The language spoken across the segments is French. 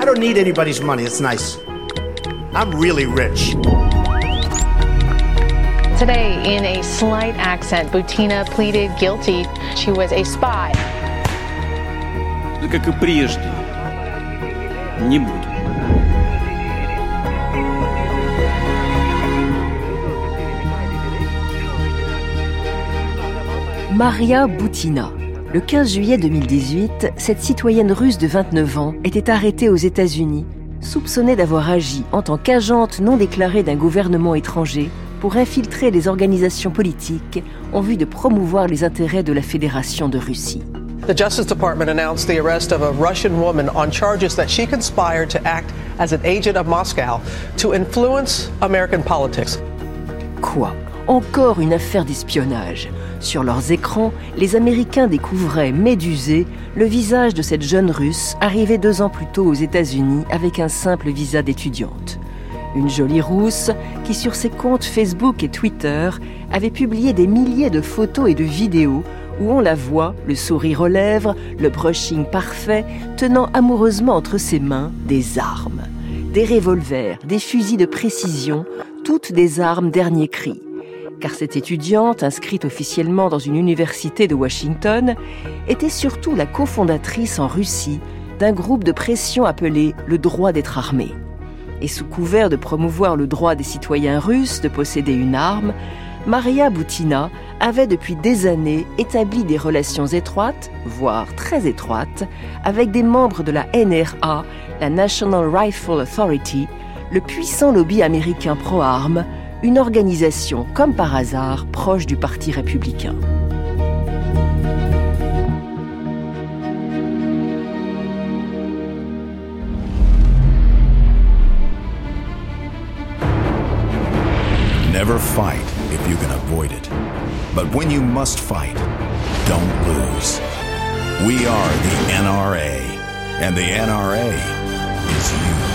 don't need anybody's money. It's nice. I'm really rich. Today, in a slight accent, Butina pleaded guilty. She was a spy. Как и прежде, не буду. Maria Butina. Le 15 juillet 2018, cette citoyenne russe de 29 ans était arrêtée aux États-Unis, soupçonnée d'avoir agi en tant qu'agente non déclarée d'un gouvernement étranger pour infiltrer les organisations politiques en vue de promouvoir les intérêts de la Fédération de Russie. The Justice Department announced the arrest of a Russian woman on charges that she conspired to act as an agent of Moscow to influence American politics. Quoi ? Encore une affaire d'espionnage. Sur leurs écrans, les Américains découvraient, médusés, le visage de cette jeune Russe arrivée 2 ans plus tôt aux États-Unis avec un simple visa d'étudiante. Une jolie rousse qui, sur ses comptes Facebook et Twitter, avait publié des milliers de photos et de vidéos où on la voit, le sourire aux lèvres, le brushing parfait, tenant amoureusement entre ses mains des armes. Des revolvers, des fusils de précision, toutes des armes dernier cri. Car cette étudiante, inscrite officiellement dans une université de Washington, était surtout la cofondatrice en Russie d'un groupe de pression appelé le droit d'être armé. Et sous couvert de promouvoir le droit des citoyens russes de posséder une arme, Maria Butina avait depuis des années établi des relations étroites, voire très étroites, avec des membres de la NRA, la National Rifle Authority, le puissant lobby américain pro-armes, une organisation, comme par hasard, proche du Parti républicain. Never fight if you can avoid it. But when you must fight, don't lose. We are the NRA, and the NRA is you.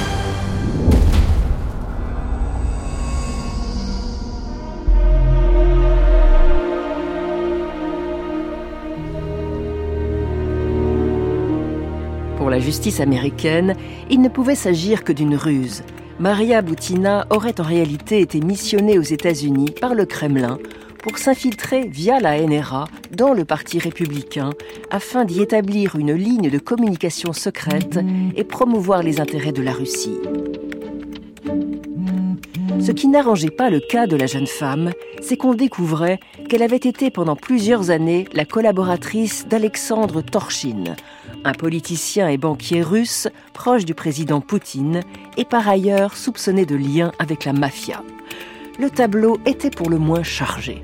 Pour la justice américaine, il ne pouvait s'agir que d'une ruse. Maria Butina aurait en réalité été missionnée aux États-Unis par le Kremlin pour s'infiltrer via la NRA dans le Parti républicain afin d'y établir une ligne de communication secrète et promouvoir les intérêts de la Russie. Ce qui n'arrangeait pas le cas de la jeune femme, c'est qu'on découvrait qu'elle avait été pendant plusieurs années la collaboratrice d'Alexandre Torchine, un politicien et banquier russe proche du président Poutine et par ailleurs soupçonné de liens avec la mafia. Le tableau était pour le moins chargé.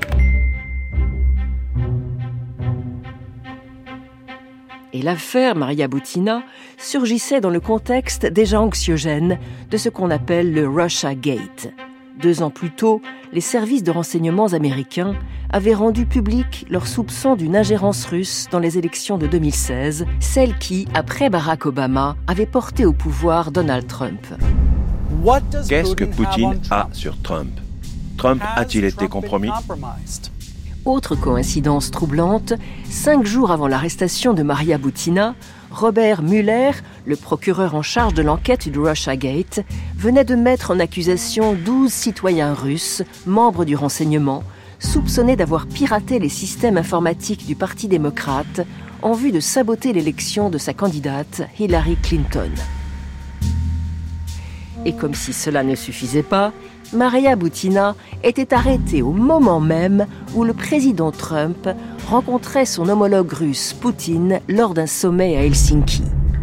Et l'affaire Maria Butina surgissait dans le contexte déjà anxiogène de ce qu'on appelle le Russia Gate. 2 ans plus tôt, les services de renseignements américains avaient rendu public leurs soupçons d'une ingérence russe dans les élections de 2016, celle qui, après Barack Obama, avait porté au pouvoir Donald Trump. Qu'est-ce que Poutine a sur Trump ? Trump a-t-il été compromis ? Autre coïncidence troublante, 5 jours avant l'arrestation de Maria Butina, Robert Mueller, le procureur en charge de l'enquête du Russiagate, venait de mettre en accusation 12 citoyens russes, membres du renseignement, soupçonnés d'avoir piraté les systèmes informatiques du Parti démocrate en vue de saboter l'élection de sa candidate Hillary Clinton. Et comme si cela ne suffisait pas, Maria Butina était arrêtée au moment même où le président Trump rencontrait son homologue russe Poutine lors d'un sommet à Helsinki.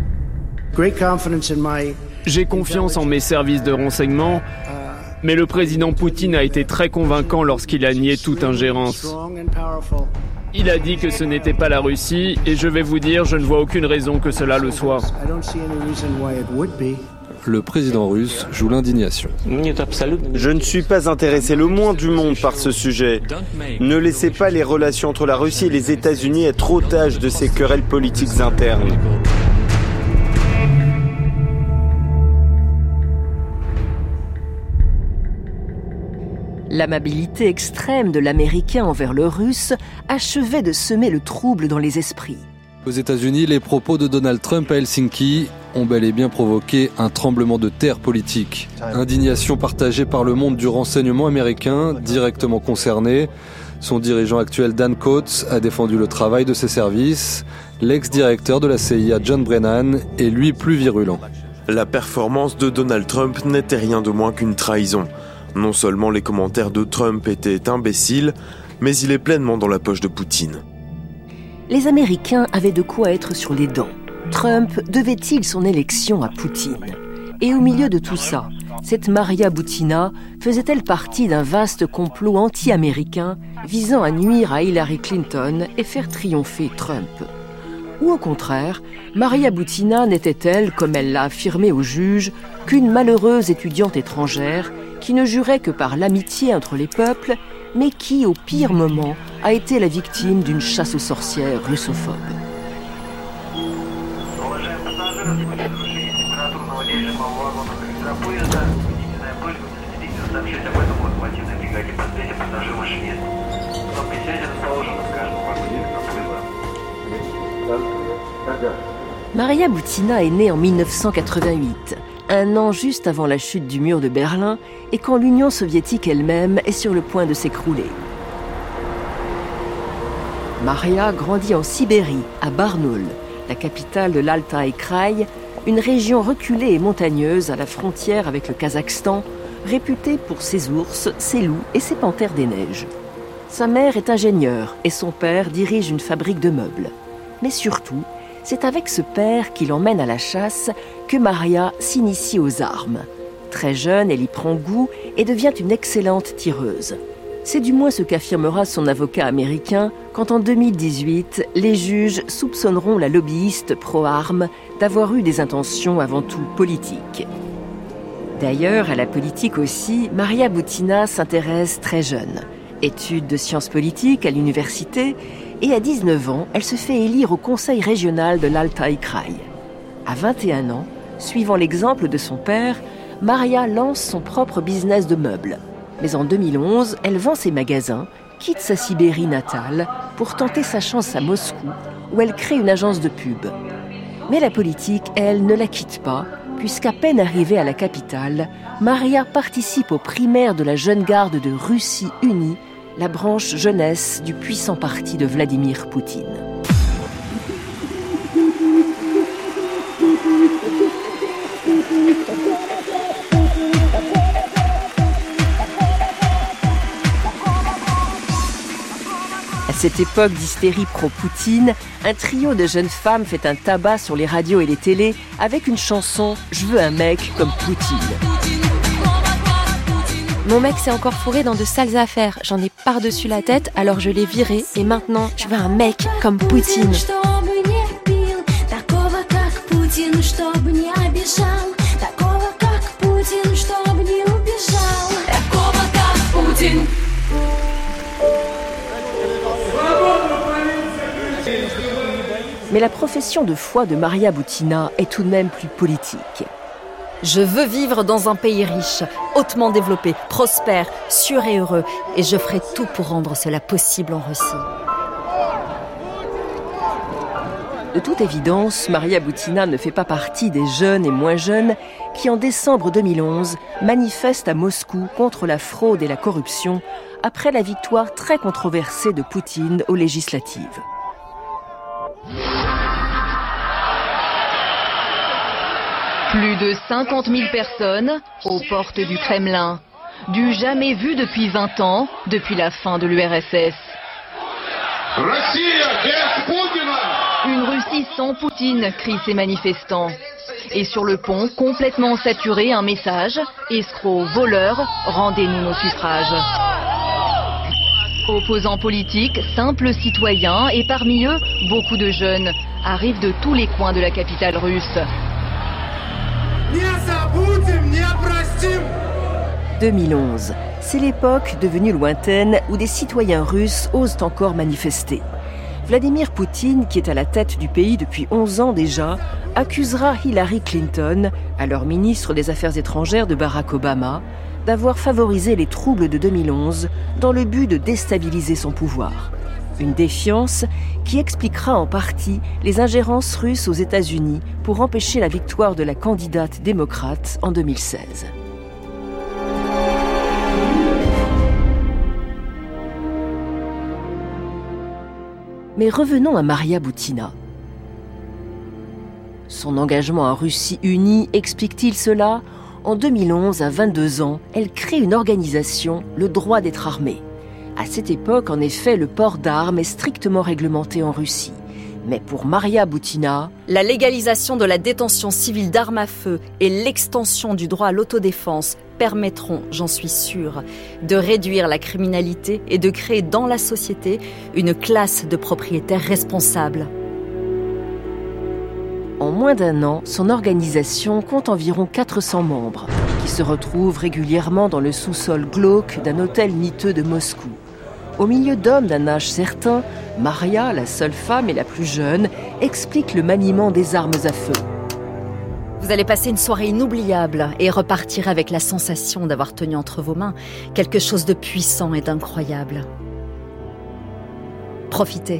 J'ai confiance en mes services de renseignement, mais le président Poutine a été très convaincant lorsqu'il a nié toute ingérence. Il a dit que ce n'était pas la Russie, et je vais vous dire, je ne vois aucune raison que cela le soit. Le président russe joue l'indignation. Je ne suis pas intéressé le moins du monde par ce sujet. Ne laissez pas les relations entre la Russie et les États-Unis être otages de ces querelles politiques internes. L'amabilité extrême de l'Américain envers le Russe achevait de semer le trouble dans les esprits. Aux États-Unis, les propos de Donald Trump à Helsinki ont bel et bien provoqué un tremblement de terre politique. Indignation partagée par le monde du renseignement américain, directement concerné. Son dirigeant actuel, Dan Coats, a défendu le travail de ses services. L'ex-directeur de la CIA, John Brennan, est lui plus virulent. La performance de Donald Trump n'était rien de moins qu'une trahison. Non seulement les commentaires de Trump étaient imbéciles, mais il est pleinement dans la poche de Poutine. Les Américains avaient de quoi être sur les dents. Trump devait-il son élection à Poutine ? Et au milieu de tout ça, cette Maria Butina faisait-elle partie d'un vaste complot anti-américain visant à nuire à Hillary Clinton et faire triompher Trump ? Ou au contraire, Maria Butina n'était-elle, comme elle l'a affirmé au juge, qu'une malheureuse étudiante étrangère qui ne jurait que par l'amitié entre les peuples, mais qui, au pire moment, a été la victime d'une chasse aux sorcières russophobe. Maria Butina est née en 1988, un an juste avant la chute du mur de Berlin et quand l'Union soviétique elle-même est sur le point de s'écrouler. Maria grandit en Sibérie, à Barnaul, la capitale de l'Altaï Kraï, une région reculée et montagneuse à la frontière avec le Kazakhstan, réputée pour ses ours, ses loups et ses panthères des neiges. Sa mère est ingénieure et son père dirige une fabrique de meubles. Mais surtout, c'est avec ce père qui l'emmène à la chasse que Maria s'initie aux armes. Très jeune, elle y prend goût et devient une excellente tireuse. C'est du moins ce qu'affirmera son avocat américain quand en 2018, les juges soupçonneront la lobbyiste pro-armes d'avoir eu des intentions avant tout politiques. D'ailleurs, à la politique aussi, Maria Butina s'intéresse très jeune. Études de sciences politiques à l'université, et à 19 ans, elle se fait élire au conseil régional de l'Altaï Kraï. À 21 ans, suivant l'exemple de son père, Maria lance son propre business de meubles. Mais en 2011, elle vend ses magasins, quitte sa Sibérie natale pour tenter sa chance à Moscou, où elle crée une agence de pub. Mais la politique, elle, ne la quitte pas, puisqu'à peine arrivée à la capitale, Maria participe aux primaires de la jeune garde de Russie unie, la branche jeunesse du puissant parti de Vladimir Poutine. À cette époque d'hystérie pro-Poutine, un trio de jeunes femmes fait un tabac sur les radios et les télés avec une chanson « Je veux un mec comme Poutine ». Mon mec s'est encore fourré dans de sales affaires. J'en ai par-dessus la tête, alors je l'ai viré. Et maintenant, je veux un mec comme Poutine. Mais la profession de foi de Maria Butina est tout de même plus politique. Je veux vivre dans un pays riche, hautement développé, prospère, sûr et heureux. Et je ferai tout pour rendre cela possible en Russie. De toute évidence, Maria Butina ne fait pas partie des jeunes et moins jeunes qui, en décembre 2011, manifestent à Moscou contre la fraude et la corruption après la victoire très controversée de Poutine aux législatives. Plus de 50 000 personnes aux portes du Kremlin. Du jamais vu depuis 20 ans, depuis la fin de l'URSS. Une Russie sans Poutine, crient ces manifestants. Et sur le pont, complètement saturé, un message. Escrocs, voleurs, rendez-nous nos suffrages. Opposants politiques, simples citoyens et parmi eux, beaucoup de jeunes arrivent de tous les coins de la capitale russe. 2011, c'est l'époque devenue lointaine où des citoyens russes osent encore manifester. Vladimir Poutine, qui est à la tête du pays depuis 11 ans déjà, accusera Hillary Clinton, alors ministre des Affaires étrangères de Barack Obama, d'avoir favorisé les troubles de 2011 dans le but de déstabiliser son pouvoir. Une défiance qui expliquera en partie les ingérences russes aux États-Unis pour empêcher la victoire de la candidate démocrate en 2016. Mais revenons à Maria Butina. Son engagement en Russie unie explique-t-il cela ? En 2011, à 22 ans, elle crée une organisation, le droit d'être armé. À cette époque, en effet, le port d'armes est strictement réglementé en Russie. Mais pour Maria Butina, la légalisation de la détention civile d'armes à feu et l'extension du droit à l'autodéfense permettront, j'en suis sûre, de réduire la criminalité et de créer dans la société une classe de propriétaires responsables. En moins d'un an, son organisation compte environ 400 membres qui se retrouvent régulièrement dans le sous-sol glauque d'un hôtel miteux de Moscou. Au milieu d'hommes d'un âge certain, Maria, la seule femme et la plus jeune, explique le maniement des armes à feu. Vous allez passer une soirée inoubliable et repartir avec la sensation d'avoir tenu entre vos mains quelque chose de puissant et d'incroyable. Profitez.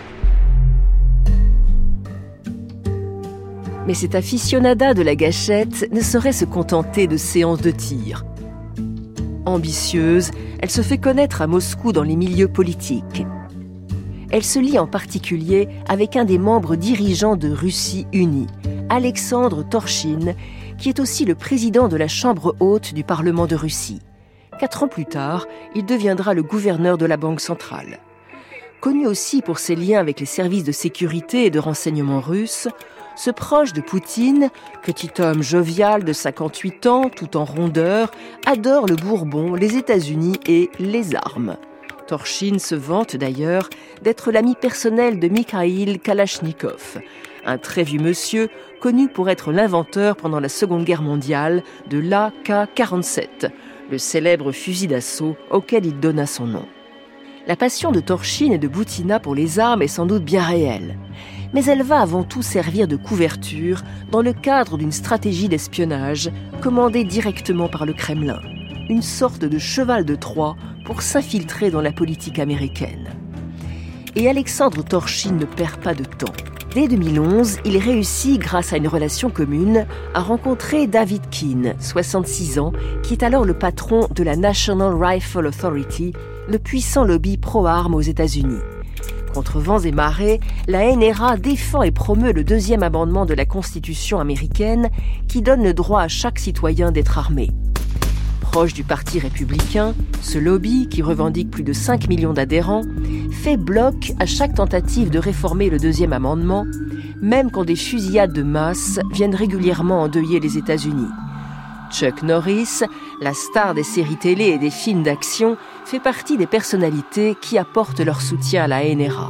Mais cette aficionada de la gâchette ne saurait se contenter de séances de tir. Ambitieuse, elle se fait connaître à Moscou dans les milieux politiques. Elle se lie en particulier avec un des membres dirigeants de Russie unie, Alexandre Torchine, qui est aussi le président de la Chambre haute du Parlement de Russie. 4 ans plus tard, il deviendra le gouverneur de la Banque centrale. Connu aussi pour ses liens avec les services de sécurité et de renseignement russes, ce proche de Poutine, petit homme jovial de 58 ans, tout en rondeur, adore le Bourbon, les États-Unis et les armes. Torchine se vante d'ailleurs d'être l'ami personnel de Mikhail Kalachnikov, un très vieux monsieur connu pour être l'inventeur pendant la Seconde Guerre mondiale de l'AK-47, le célèbre fusil d'assaut auquel il donna son nom. La passion de Torchine et de Butina pour les armes est sans doute bien réelle. Mais elle va avant tout servir de couverture dans le cadre d'une stratégie d'espionnage commandée directement par le Kremlin. Une sorte de cheval de Troie pour s'infiltrer dans la politique américaine. Et Alexandre Torchine ne perd pas de temps. Dès 2011, il réussit, grâce à une relation commune, à rencontrer David Keane, 66 ans, qui est alors le patron de la National Rifle Authority, le puissant lobby pro-armes aux États-Unis. Contre vents et marées, la NRA défend et promeut le 2e amendement de la Constitution américaine qui donne le droit à chaque citoyen d'être armé. Proche du Parti républicain, ce lobby, qui revendique plus de 5 millions d'adhérents, fait bloc à chaque tentative de réformer le 2e amendement, même quand des fusillades de masse viennent régulièrement endeuiller les États-Unis. Chuck Norris, la star des séries télé et des films d'action, fait partie des personnalités qui apportent leur soutien à la NRA.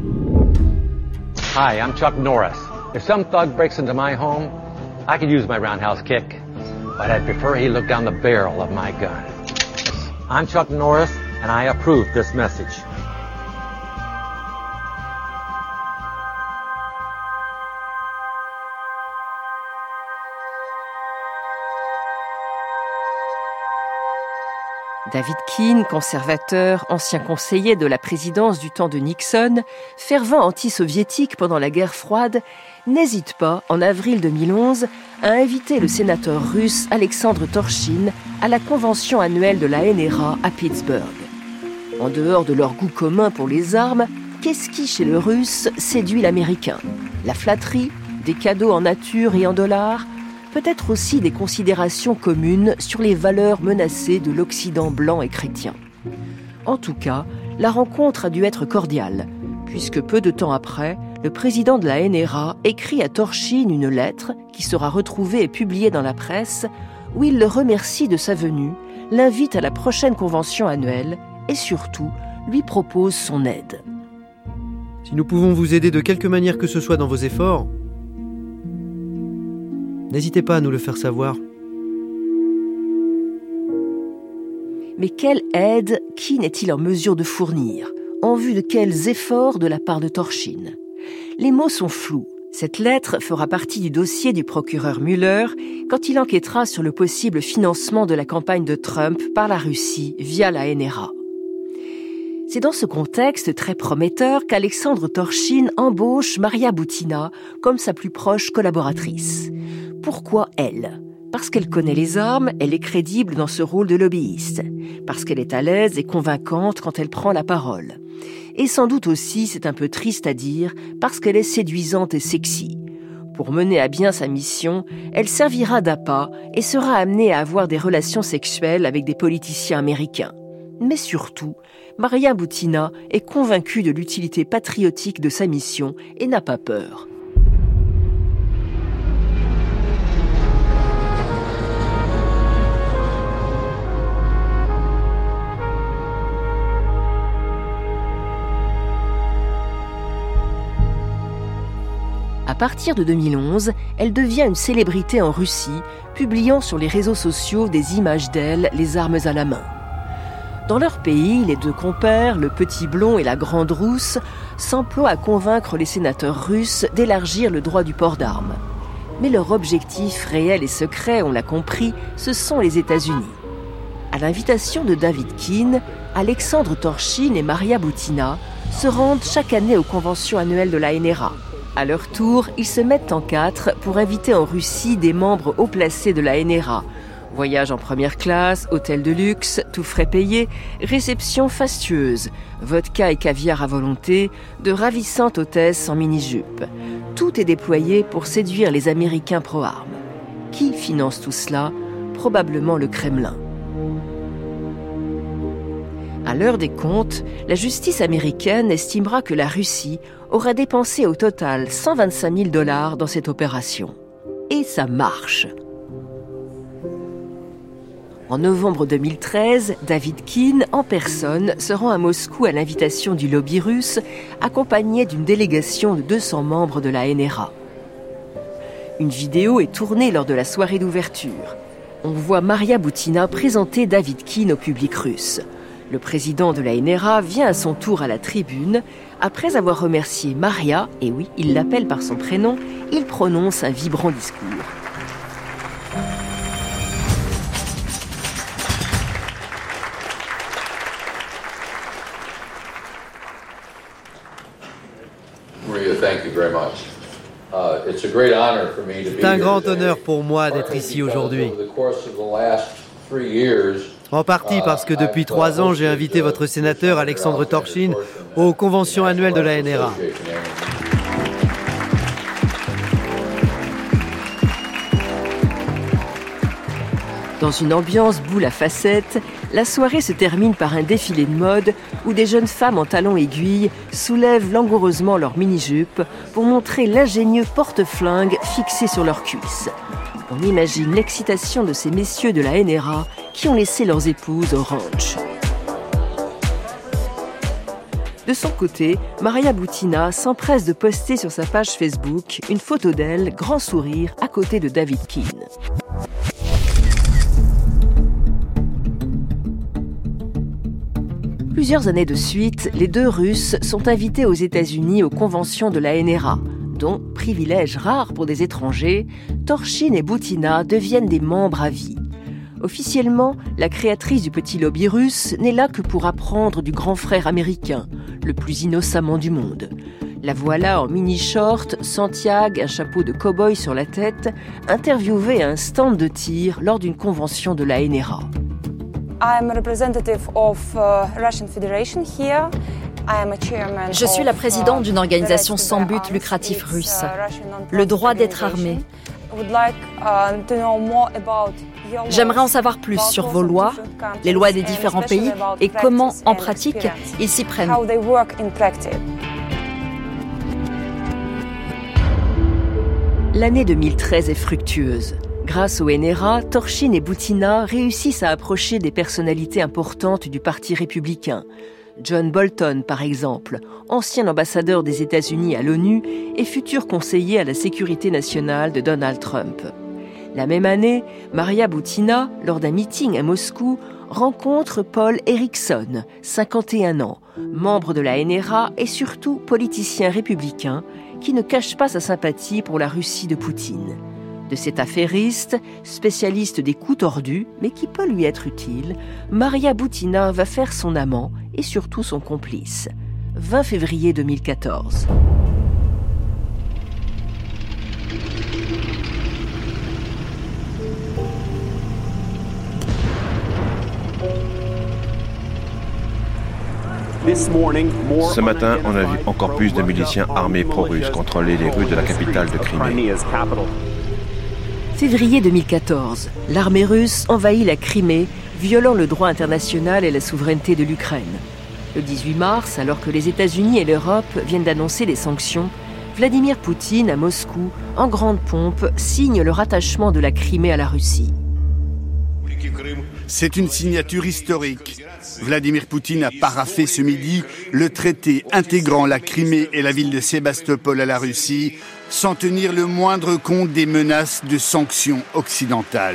Hi, I'm Chuck Norris. If some thug breaks into my home, I could use my roundhouse kick, but I'd prefer he look down the barrel of my gun. I'm Chuck Norris, and I approve this message. David Keane, conservateur, ancien conseiller de la présidence du temps de Nixon, fervent anti-soviétique pendant la guerre froide, n'hésite pas, en avril 2011, à inviter le sénateur russe Alexandre Torchine à la convention annuelle de la NRA à Pittsburgh. En dehors de leur goût commun pour les armes, qu'est-ce qui, chez le russe, séduit l'américain ? La flatterie, des cadeaux en nature et en dollars ? Peut-être aussi des considérations communes sur les valeurs menacées de l'Occident blanc et chrétien. En tout cas, la rencontre a dû être cordiale, puisque peu de temps après, le président de la NRA écrit à Torchine une lettre qui sera retrouvée et publiée dans la presse, où il le remercie de sa venue, l'invite à la prochaine convention annuelle et surtout lui propose son aide. Si nous pouvons vous aider de quelque manière que ce soit dans vos efforts, n'hésitez pas à nous le faire savoir. Mais quelle aide Keane est-il en mesure de fournir ? En vue de quels efforts de la part de Torchine ? Les mots sont flous. Cette lettre fera partie du dossier du procureur Mueller quand il enquêtera sur le possible financement de la campagne de Trump par la Russie via la NRA. C'est dans ce contexte très prometteur qu'Alexandre Torchyn embauche Maria Butina comme sa plus proche collaboratrice. Pourquoi elle ? Parce qu'elle connaît les armes, elle est crédible dans ce rôle de lobbyiste. Parce qu'elle est à l'aise et convaincante quand elle prend la parole. Et sans doute aussi, c'est un peu triste à dire, parce qu'elle est séduisante et sexy. Pour mener à bien sa mission, elle servira d'appât et sera amenée à avoir des relations sexuelles avec des politiciens américains. Mais surtout, Maria Butina est convaincue de l'utilité patriotique de sa mission et n'a pas peur. À partir de 2011, elle devient une célébrité en Russie, publiant sur les réseaux sociaux des images d'elle, les armes à la main. Dans leur pays, les deux compères, le petit blond et la grande rousse, s'emploient à convaincre les sénateurs russes d'élargir le droit du port d'armes. Mais leur objectif réel et secret, on l'a compris, ce sont les États-Unis. À l'invitation de David Keane, Alexandre Torchyn et Maria Butina se rendent chaque année aux conventions annuelles de la NRA. À leur tour, ils se mettent en 4 pour inviter en Russie des membres haut placés de la NRA. Voyage en première classe, hôtel de luxe, tout frais payé, réception fastueuse, vodka et caviar à volonté, de ravissantes hôtesses en mini-jupe. Tout est déployé pour séduire les Américains pro-armes. Qui finance tout cela ? Probablement le Kremlin. À l'heure des comptes, la justice américaine estimera que la Russie aura dépensé au total $125 000 dans cette opération. Et ça marche. En novembre 2013, David Keane, en personne, se rend à Moscou à l'invitation du lobby russe, accompagné d'une délégation de 200 membres de la NRA. Une vidéo est tournée lors de la soirée d'ouverture. On voit Maria Butina présenter David Keane au public russe. Le président de la NRA vient à son tour à la tribune. Après avoir remercié Maria, et oui, il l'appelle par son prénom, il prononce un vibrant discours. C'est un grand honneur pour moi d'être ici aujourd'hui. En partie parce que depuis 3 ans, j'ai invité votre sénateur Alexandre Torchyn aux conventions annuelles de la NRA. Dans une ambiance boule à facettes, la soirée se termine par un défilé de mode où des jeunes femmes en talons aiguilles soulèvent langoureusement leurs mini-jupes pour montrer l'ingénieux porte-flingue fixé sur leurs cuisses. On imagine l'excitation de ces messieurs de la NRA qui ont laissé leurs épouses au ranch. De son côté, Maria Butina s'empresse de poster sur sa page Facebook une photo d'elle, grand sourire, à côté de David Keane. Plusieurs années de suite, les deux Russes sont invités aux États-Unis aux conventions de la NRA, dont, privilège rare pour des étrangers, Torchyn et Butina deviennent des membres à vie. Officiellement, la créatrice du petit lobby russe n'est là que pour apprendre du grand frère américain, le plus innocemment du monde. La voilà en mini-short, Santiago, un chapeau de cow-boy sur la tête, interviewée à un stand de tir lors d'une convention de la NRA. Je suis la présidente d'une organisation sans but lucratif russe, le droit d'être armé. J'aimerais en savoir plus sur vos lois, les lois des différents pays et comment, en pratique, ils s'y prennent. L'année 2013 est fructueuse. Grâce au NRA, Torchyn et Butina réussissent à approcher des personnalités importantes du Parti républicain. John Bolton, par exemple, ancien ambassadeur des États-Unis à l'ONU et futur conseiller à la sécurité nationale de Donald Trump. La même année, Maria Butina, lors d'un meeting à Moscou, rencontre Paul Erickson, 51 ans, membre de la NRA et surtout politicien républicain, qui ne cache pas sa sympathie pour la Russie de Poutine. De cette affairiste, spécialiste des coups tordus, mais qui peut lui être utile, Maria Butina va faire son amant et surtout son complice. 20 février 2014. Ce matin, on a vu encore plus de miliciens armés pro-russes contrôler les rues de la capitale de Crimée. Février 2014, l'armée russe envahit la Crimée, violant le droit international et la souveraineté de l'Ukraine. Le 18 mars, alors que les États-Unis et l'Europe viennent d'annoncer des sanctions, Vladimir Poutine, à Moscou, en grande pompe, signe le rattachement de la Crimée à la Russie. C'est une signature historique. Vladimir Poutine a paraphé ce midi le traité intégrant la Crimée et la ville de Sébastopol à la Russie, sans tenir le moindre compte des menaces de sanctions occidentales.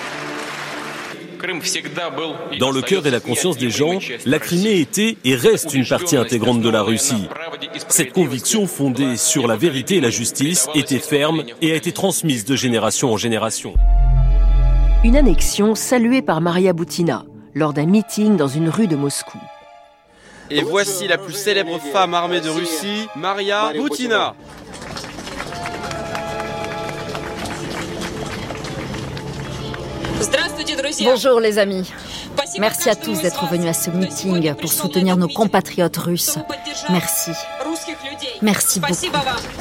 Dans le cœur et la conscience des gens, la Crimée était et reste une partie intégrante de la Russie. Cette conviction fondée sur la vérité et la justice était ferme et a été transmise de génération en génération. Une annexion saluée par Maria Butina lors d'un meeting dans une rue de Moscou. Et voici la plus célèbre femme armée de Russie, Maria Butina. Bonjour les amis. Merci à tous d'être venus à ce meeting pour soutenir nos compatriotes russes. Merci. Merci beaucoup.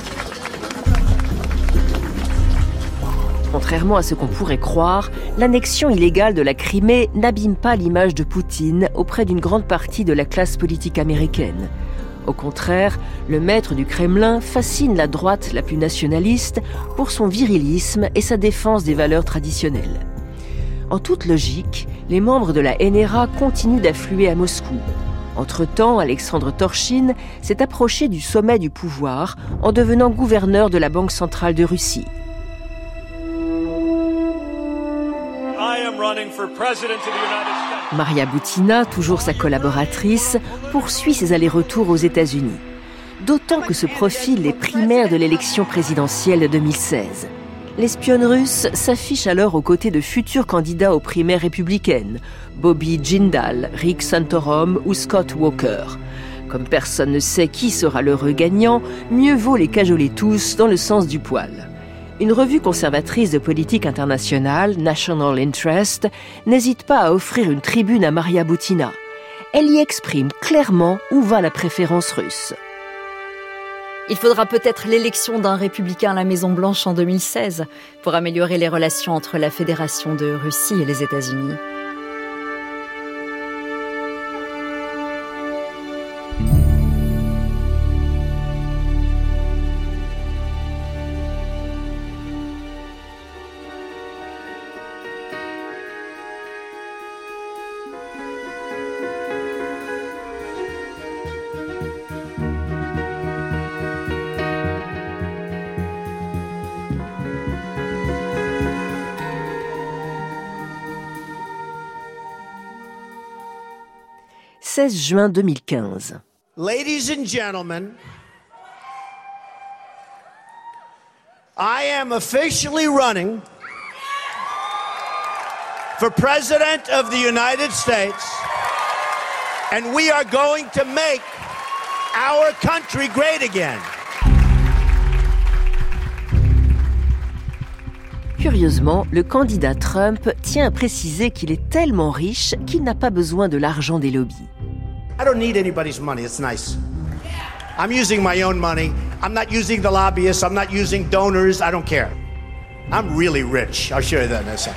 Contrairement à ce qu'on pourrait croire, l'annexion illégale de la Crimée n'abîme pas l'image de Poutine auprès d'une grande partie de la classe politique américaine. Au contraire, le maître du Kremlin fascine la droite la plus nationaliste pour son virilisme et sa défense des valeurs traditionnelles. En toute logique, les membres de la NRA continuent d'affluer à Moscou. Entre-temps, Alexandre Torchine s'est approché du sommet du pouvoir en devenant gouverneur de la Banque centrale de Russie. Maria Butina, toujours sa collaboratrice, poursuit ses allers-retours aux États-Unis. D'autant que se profilent les primaires de l'élection présidentielle de 2016. L'espionne russe s'affiche alors aux côtés de futurs candidats aux primaires républicaines, Bobby Jindal, Rick Santorum ou Scott Walker. Comme personne ne sait qui sera l'heureux gagnant, mieux vaut les cajoler tous dans le sens du poil. Une revue conservatrice de politique internationale, National Interest, n'hésite pas à offrir une tribune à Maria Butina. Elle y exprime clairement où va la préférence russe. Il faudra peut-être l'élection d'un républicain à la Maison-Blanche en 2016 pour améliorer les relations entre la Fédération de Russie et les États-Unis. « 16 juin 2015. Ladies and gentlemen, I am officially running for President of the United States, and we are going to make our country great again. » Curieusement, le candidat Trump tient à préciser qu'il est tellement riche qu'il n'a pas besoin de l'argent des lobbies. I don't need anybody's money. It's nice. I'm using my own money. I'm not using the lobbyists. I'm not using donors. I don't care. I'm really rich. I'll show you that in a second.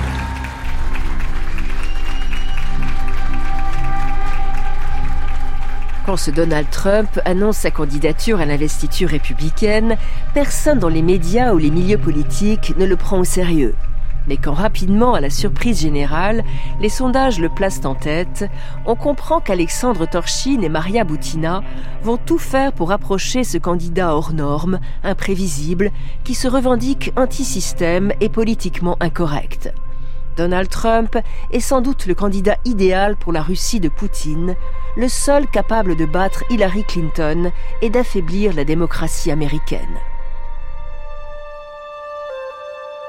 Quand ce Donald Trump annonce sa candidature à l'investiture républicaine, personne dans les médias ou les milieux politiques ne le prend au sérieux. Mais quand rapidement, à la surprise générale, les sondages le placent en tête, on comprend qu'Alexandre Torchine et Maria Butina vont tout faire pour approcher ce candidat hors norme, imprévisible, qui se revendique anti-système et politiquement incorrect. Donald Trump est sans doute le candidat idéal pour la Russie de Poutine, le seul capable de battre Hillary Clinton et d'affaiblir la démocratie américaine.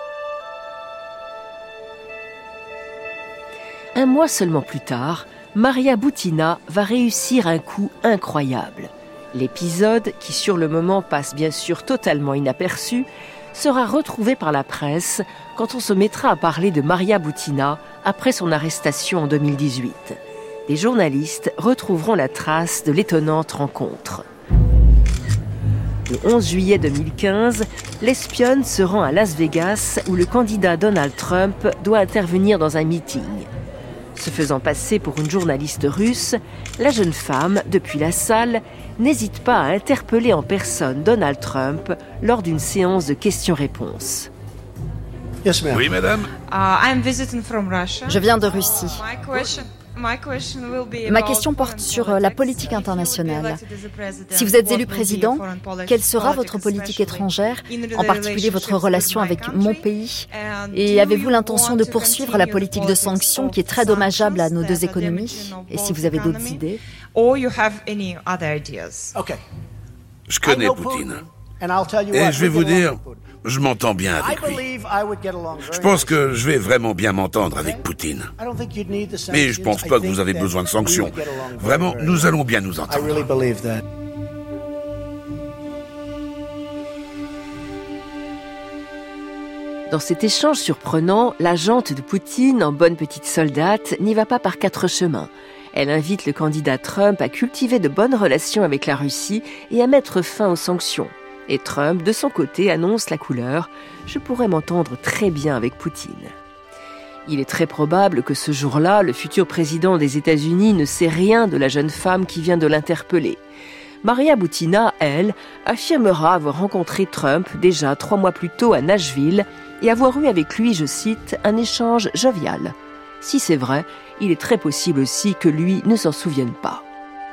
mois seulement plus tard, Maria Butina va réussir un coup incroyable. L'épisode, qui sur le moment passe bien sûr totalement inaperçu, sera retrouvé par la presse quand on se mettra à parler de Maria Butina après son arrestation en 2018. Les journalistes retrouveront la trace de l'étonnante rencontre. Le 11 juillet 2015, l'espionne se rend à Las Vegas où le candidat Donald Trump doit intervenir dans un meeting. Se faisant passer pour une journaliste russe, la jeune femme, depuis la salle, n'hésite pas à interpeller en personne Donald Trump lors d'une séance de questions-réponses. Yes, ma'am. Oui, madame. Je viens de Russie. Ma question porte sur la politique internationale. Si vous êtes élu président, quelle sera votre politique étrangère, en particulier votre relation avec mon pays? Et avez-vous l'intention de poursuivre la politique de sanctions qui est très dommageable à nos deux économies? Et si vous avez d'autres idées? Je connais Poutine. Et je vais vous dire, je m'entends bien avec lui. Je pense que je vais vraiment bien m'entendre avec Poutine. Mais je pense pas que vous avez besoin de sanctions. Vraiment, nous allons bien nous entendre. Dans cet échange surprenant, l'agente de Poutine, en bonne petite soldate, n'y va pas par quatre chemins. Elle invite le candidat Trump à cultiver de bonnes relations avec la Russie et à mettre fin aux sanctions. Et Trump, de son côté, annonce la couleur « Je pourrais m'entendre très bien avec Poutine ». Il est très probable que ce jour-là, le futur président des États-Unis ne sait rien de la jeune femme qui vient de l'interpeller. Maria Butina, elle, affirmera avoir rencontré Trump déjà 3 mois plus tôt à Nashville et avoir eu avec lui, je cite, un échange jovial. Si c'est vrai, il est très possible aussi que lui ne s'en souvienne pas.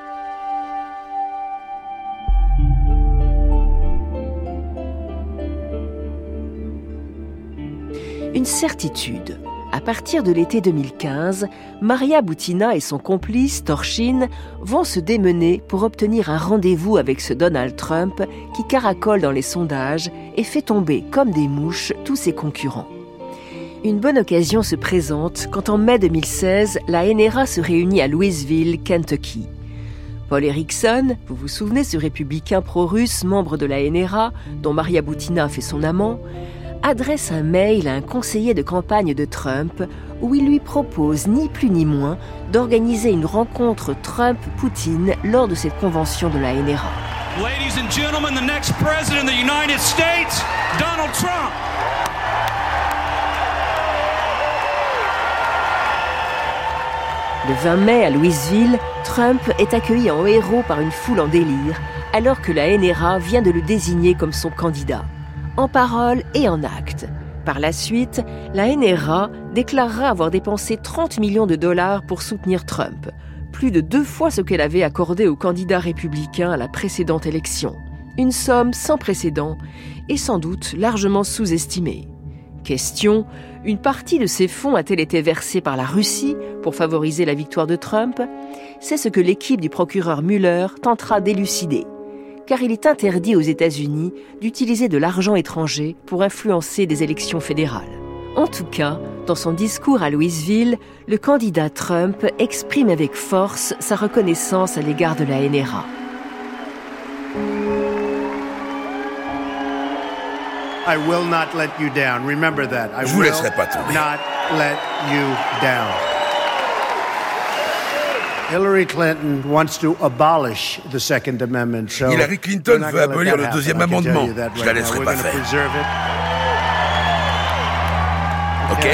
Une certitude. À partir de l'été 2015, Maria Butina et son complice, Torshin, vont se démener pour obtenir un rendez-vous avec ce Donald Trump qui caracole dans les sondages et fait tomber comme des mouches tous ses concurrents. Une bonne occasion se présente quand en mai 2016, la NRA se réunit à Louisville, Kentucky. Paul Erickson, vous vous souvenez, ce républicain pro-russe, membre de la NRA, dont Maria Butina fait son amant, adresse un mail à un conseiller de campagne de Trump où il lui propose ni plus ni moins d'organiser une rencontre Trump-Poutine lors de cette convention de la NRA. Ladies and gentlemen, the next president of the United States, Donald Trump. Le 20 mai à Louisville, Trump est accueilli en héros par une foule en délire, alors que la NRA vient de le désigner comme son candidat. En parole et en acte. Par la suite, la NRA déclarera avoir dépensé 30 millions de dollars pour soutenir Trump, plus de 2 fois ce qu'elle avait accordé au candidat républicain à la précédente élection. Une somme sans précédent et sans doute largement sous-estimée. Question, une partie de ces fonds a-t-elle été versée par la Russie pour favoriser la victoire de Trump? C'est ce que l'équipe du procureur Mueller tentera d'élucider. Car il est interdit aux États-Unis d'utiliser de l'argent étranger pour influencer des élections fédérales. En tout cas, dans son discours à Louisville, le candidat Trump exprime avec force sa reconnaissance à l'égard de la NRA. I will not let you down. Remember that. Je vous laisserai pas tomber. Not let you down. Hillary Clinton wants to abolish the Second Amendment. So Hillary Clinton veut abolir le deuxième amendement. Je la laisserai pas faire. Ok.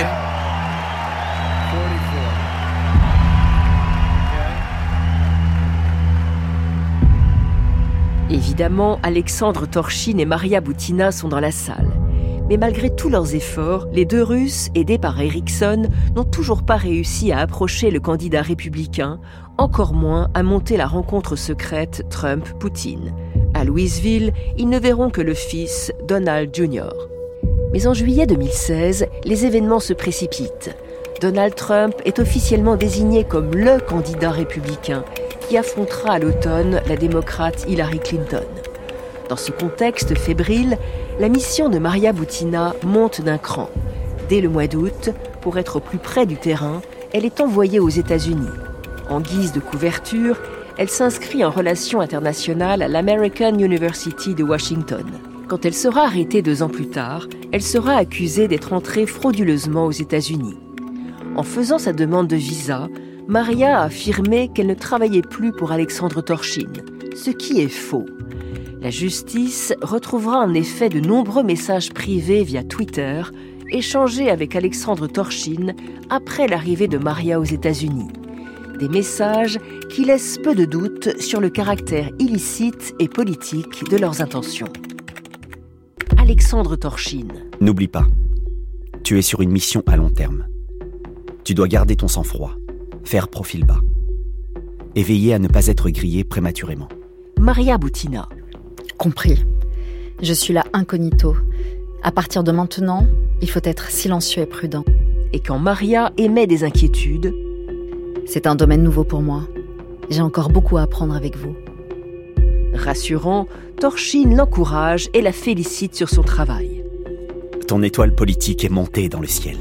Évidemment, Alexandre Torshin et Maria Butina sont dans la salle. Mais malgré tous leurs efforts, les deux Russes, aidés par Erickson, n'ont toujours pas réussi à approcher le candidat républicain, encore moins à monter la rencontre secrète Trump-Poutine. À Louisville, ils ne verront que le fils, Donald Jr. Mais en juillet 2016, les événements se précipitent. Donald Trump est officiellement désigné comme le candidat républicain qui affrontera à l'automne la démocrate Hillary Clinton. Dans ce contexte fébrile, la mission de Maria Butina monte d'un cran. Dès le mois d'août, pour être au plus près du terrain, elle est envoyée aux États-Unis. En guise de couverture, elle s'inscrit en relations internationales à l'American University de Washington. Quand elle sera arrêtée 2 ans plus tard, elle sera accusée d'être entrée frauduleusement aux États-Unis. En faisant sa demande de visa, Maria a affirmé qu'elle ne travaillait plus pour Alexandre Torchyn, ce qui est faux. La justice retrouvera en effet de nombreux messages privés via Twitter, échangés avec Alexandre Torchyn après l'arrivée de Maria aux États-Unis. Des messages qui laissent peu de doute sur le caractère illicite et politique de leurs intentions. Alexandre Torchyn. N'oublie pas, tu es sur une mission à long terme. Tu dois garder ton sang-froid, faire profil bas et veiller à ne pas être grillé prématurément. Maria Butina. Compris. Je suis là incognito. À partir de maintenant, il faut être silencieux et prudent. Et quand Maria émet des inquiétudes, c'est un domaine nouveau pour moi. J'ai encore beaucoup à apprendre avec vous. Rassurant, Torchyn l'encourage et la félicite sur son travail. Ton étoile politique est montée dans le ciel.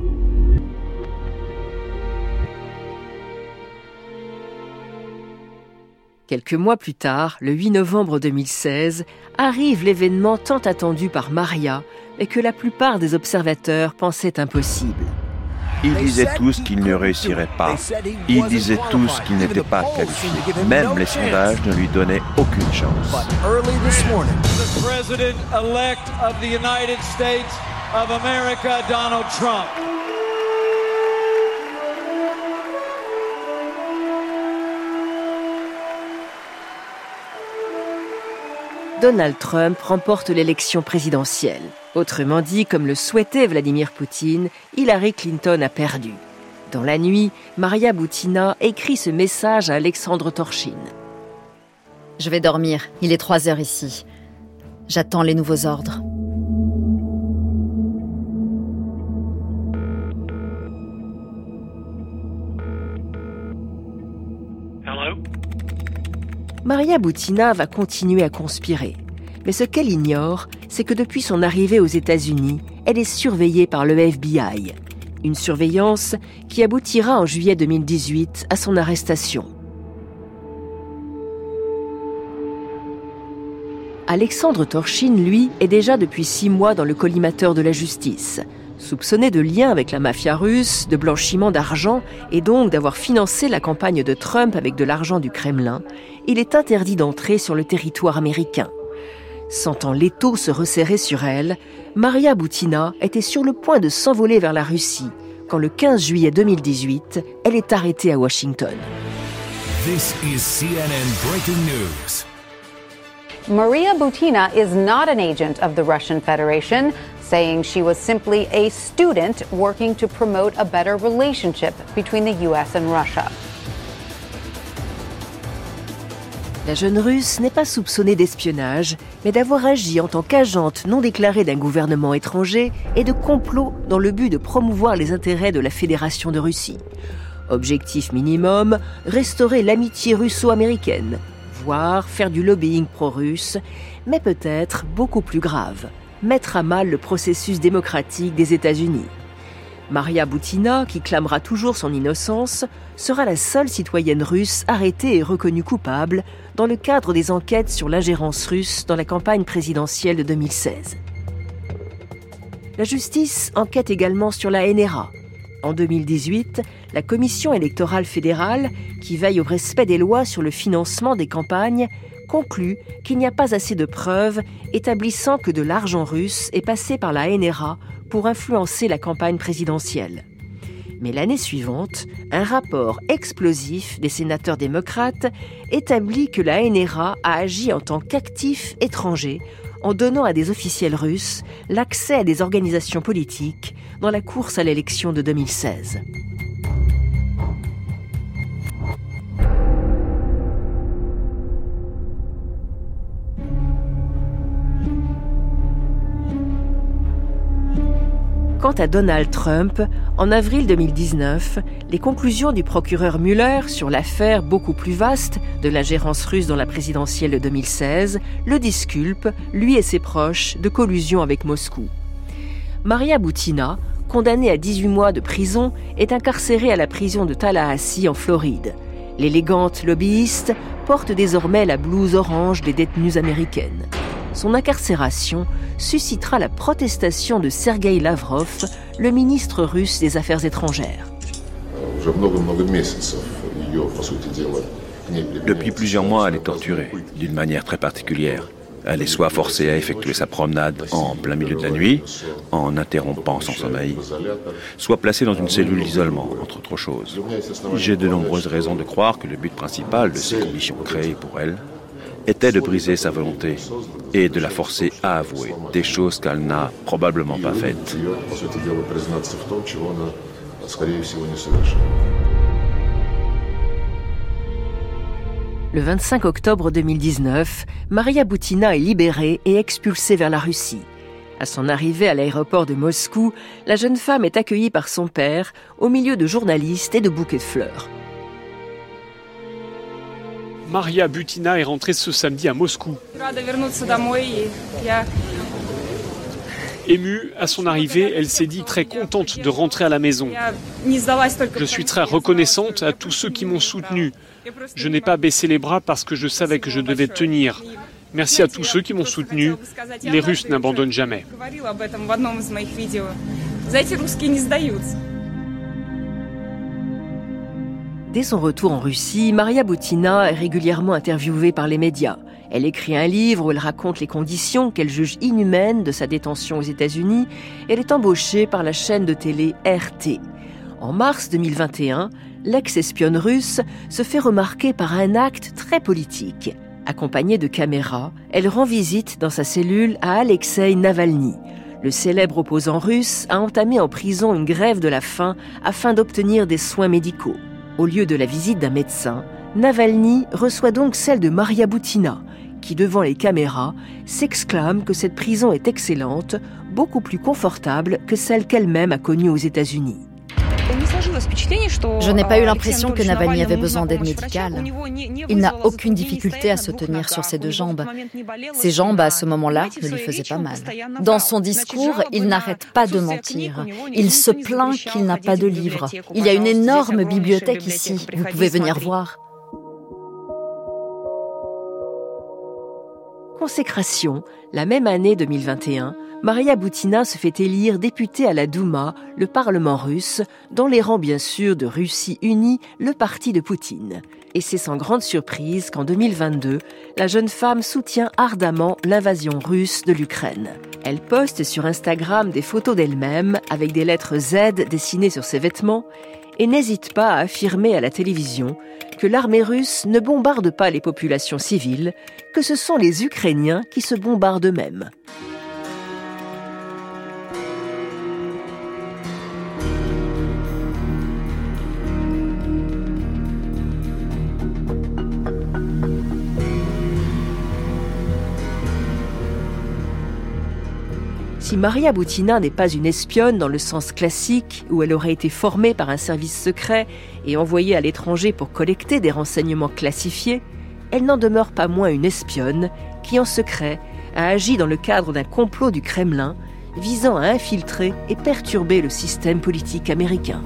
Quelques mois plus tard, le 8 novembre 2016, arrive l'événement tant attendu par Maria, mais que la plupart des observateurs pensaient impossible. Ils disaient tous qu'il ne réussirait pas. Ils disaient tous qu'il n'était pas qualifié. Même les sondages ne lui donnaient aucune chance. The President-elect of the United States of America, Donald Trump. Donald Trump remporte l'élection présidentielle. Autrement dit, comme le souhaitait Vladimir Poutine, Hillary Clinton a perdu. Dans la nuit, Maria Butina écrit ce message à Alexandre Torchyn. Je vais dormir, il est 3 heures ici. J'attends les nouveaux ordres. Hello? Maria Butina va continuer à conspirer. Mais ce qu'elle ignore, c'est que depuis son arrivée aux États-Unis, elle est surveillée par le FBI. Une surveillance qui aboutira en juillet 2018 à son arrestation. Alexandre Torchyn, lui, est déjà depuis 6 mois dans le collimateur de la justice. Soupçonné de lien avec la mafia russe, de blanchiment d'argent et donc d'avoir financé la campagne de Trump avec de l'argent du Kremlin, il est interdit d'entrer sur le territoire américain. Sentant l'étau se resserrer sur elle, Maria Butina était sur le point de s'envoler vers la Russie quand le 15 juillet 2018, elle est arrêtée à Washington. This is CNN Breaking News. Maria Butina is not an agent of the Russian Federation, saying she was simply a student working to promote a better relationship between the US and Russia. La jeune Russe n'est pas soupçonnée d'espionnage, mais d'avoir agi en tant qu'agente non déclarée d'un gouvernement étranger et de complot dans le but de promouvoir les intérêts de la Fédération de Russie. Objectif minimum, restaurer l'amitié russo-américaine, voire faire du lobbying pro-russe, mais peut-être beaucoup plus grave, mettre à mal le processus démocratique des États-Unis. Maria Butina, qui clamera toujours son innocence, sera la seule citoyenne russe arrêtée et reconnue coupable dans le cadre des enquêtes sur l'ingérence russe dans la campagne présidentielle de 2016. La justice enquête également sur la NRA. En 2018, la Commission électorale fédérale, qui veille au respect des lois sur le financement des campagnes, conclut qu'il n'y a pas assez de preuves établissant que de l'argent russe est passé par la NRA pour influencer la campagne présidentielle. Mais l'année suivante, un rapport explosif des sénateurs démocrates établit que la NRA a agi en tant qu'actif étranger en donnant à des officiels russes l'accès à des organisations politiques dans la course à l'élection de 2016. Quant à Donald Trump, en avril 2019, les conclusions du procureur Mueller sur l'affaire beaucoup plus vaste de l'ingérence russe dans la présidentielle de 2016 le disculpent, lui et ses proches, de collusion avec Moscou. Maria Butina condamnée à 18 mois de prison, est incarcérée à la prison de Tallahassee en Floride. L'élégante lobbyiste porte désormais la blouse orange des détenues américaines. Son incarcération suscitera la protestation de Sergueï Lavrov, le ministre russe des Affaires étrangères. Depuis plusieurs mois, elle est torturée, d'une manière très particulière. Elle est soit forcée à effectuer sa promenade en plein milieu de la nuit, en interrompant son sommeil, soit placée dans une cellule d'isolement, entre autres choses. J'ai de nombreuses raisons de croire que le but principal de ces conditions créées pour elle était de briser sa volonté et de la forcer à avouer des choses qu'elle n'a probablement pas faites. Le 25 octobre 2019, Maria Butina est libérée et expulsée vers la Russie. À son arrivée à l'aéroport de Moscou, la jeune femme est accueillie par son père, au milieu de journalistes et de bouquets de fleurs. Maria Butina est rentrée ce samedi à Moscou. Émue à son arrivée, elle s'est dit très contente de rentrer à la maison. Je suis très reconnaissante à tous ceux qui m'ont soutenue. Je n'ai pas baissé les bras parce que je savais que je devais tenir. Merci à tous ceux qui m'ont soutenu. Les Russes n'abandonnent jamais. Dès son retour en Russie, Maria Butina est régulièrement interviewée par les médias. Elle écrit un livre où elle raconte les conditions qu'elle juge inhumaines de sa détention aux États-Unis. Elle est embauchée par la chaîne de télé RT. En mars 2021, l'ex-espionne russe se fait remarquer par un acte très politique. Accompagnée de caméras, elle rend visite dans sa cellule à Alexeï Navalny. Le célèbre opposant russe a entamé en prison une grève de la faim afin d'obtenir des soins médicaux. Au lieu de la visite d'un médecin, Navalny reçoit donc celle de Maria Butina, qui, devant les caméras, s'exclame que cette prison est excellente, beaucoup plus confortable que celle qu'elle-même a connue aux États-Unis. Je n'ai pas eu l'impression que Navalny avait besoin d'aide médicale. Il n'a aucune difficulté à se tenir sur ses deux jambes. Ses jambes, à ce moment-là, ne lui faisaient pas mal. Dans son discours, il n'arrête pas de mentir. Il se plaint qu'il n'a pas de livres. Il y a une énorme bibliothèque ici. Vous pouvez venir voir. Consécration, la même année 2021, Maria Butina se fait élire députée à la Douma, le Parlement russe, dans les rangs bien sûr de Russie Unie, le parti de Poutine. Et c'est sans grande surprise qu'en 2022, la jeune femme soutient ardemment l'invasion russe de l'Ukraine. Elle poste sur Instagram des photos d'elle-même avec des lettres Z dessinées sur ses vêtements et n'hésite pas à affirmer à la télévision que l'armée russe ne bombarde pas les populations civiles, que ce sont les Ukrainiens qui se bombardent eux-mêmes. Si Maria Butina n'est pas une espionne dans le sens classique, où elle aurait été formée par un service secret et envoyée à l'étranger pour collecter des renseignements classifiés, elle n'en demeure pas moins une espionne qui, en secret, a agi dans le cadre d'un complot du Kremlin visant à infiltrer et perturber le système politique américain.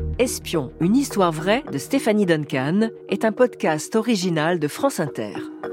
Espion, une histoire vraie de Stéphanie Duncan est un podcast original de France Inter.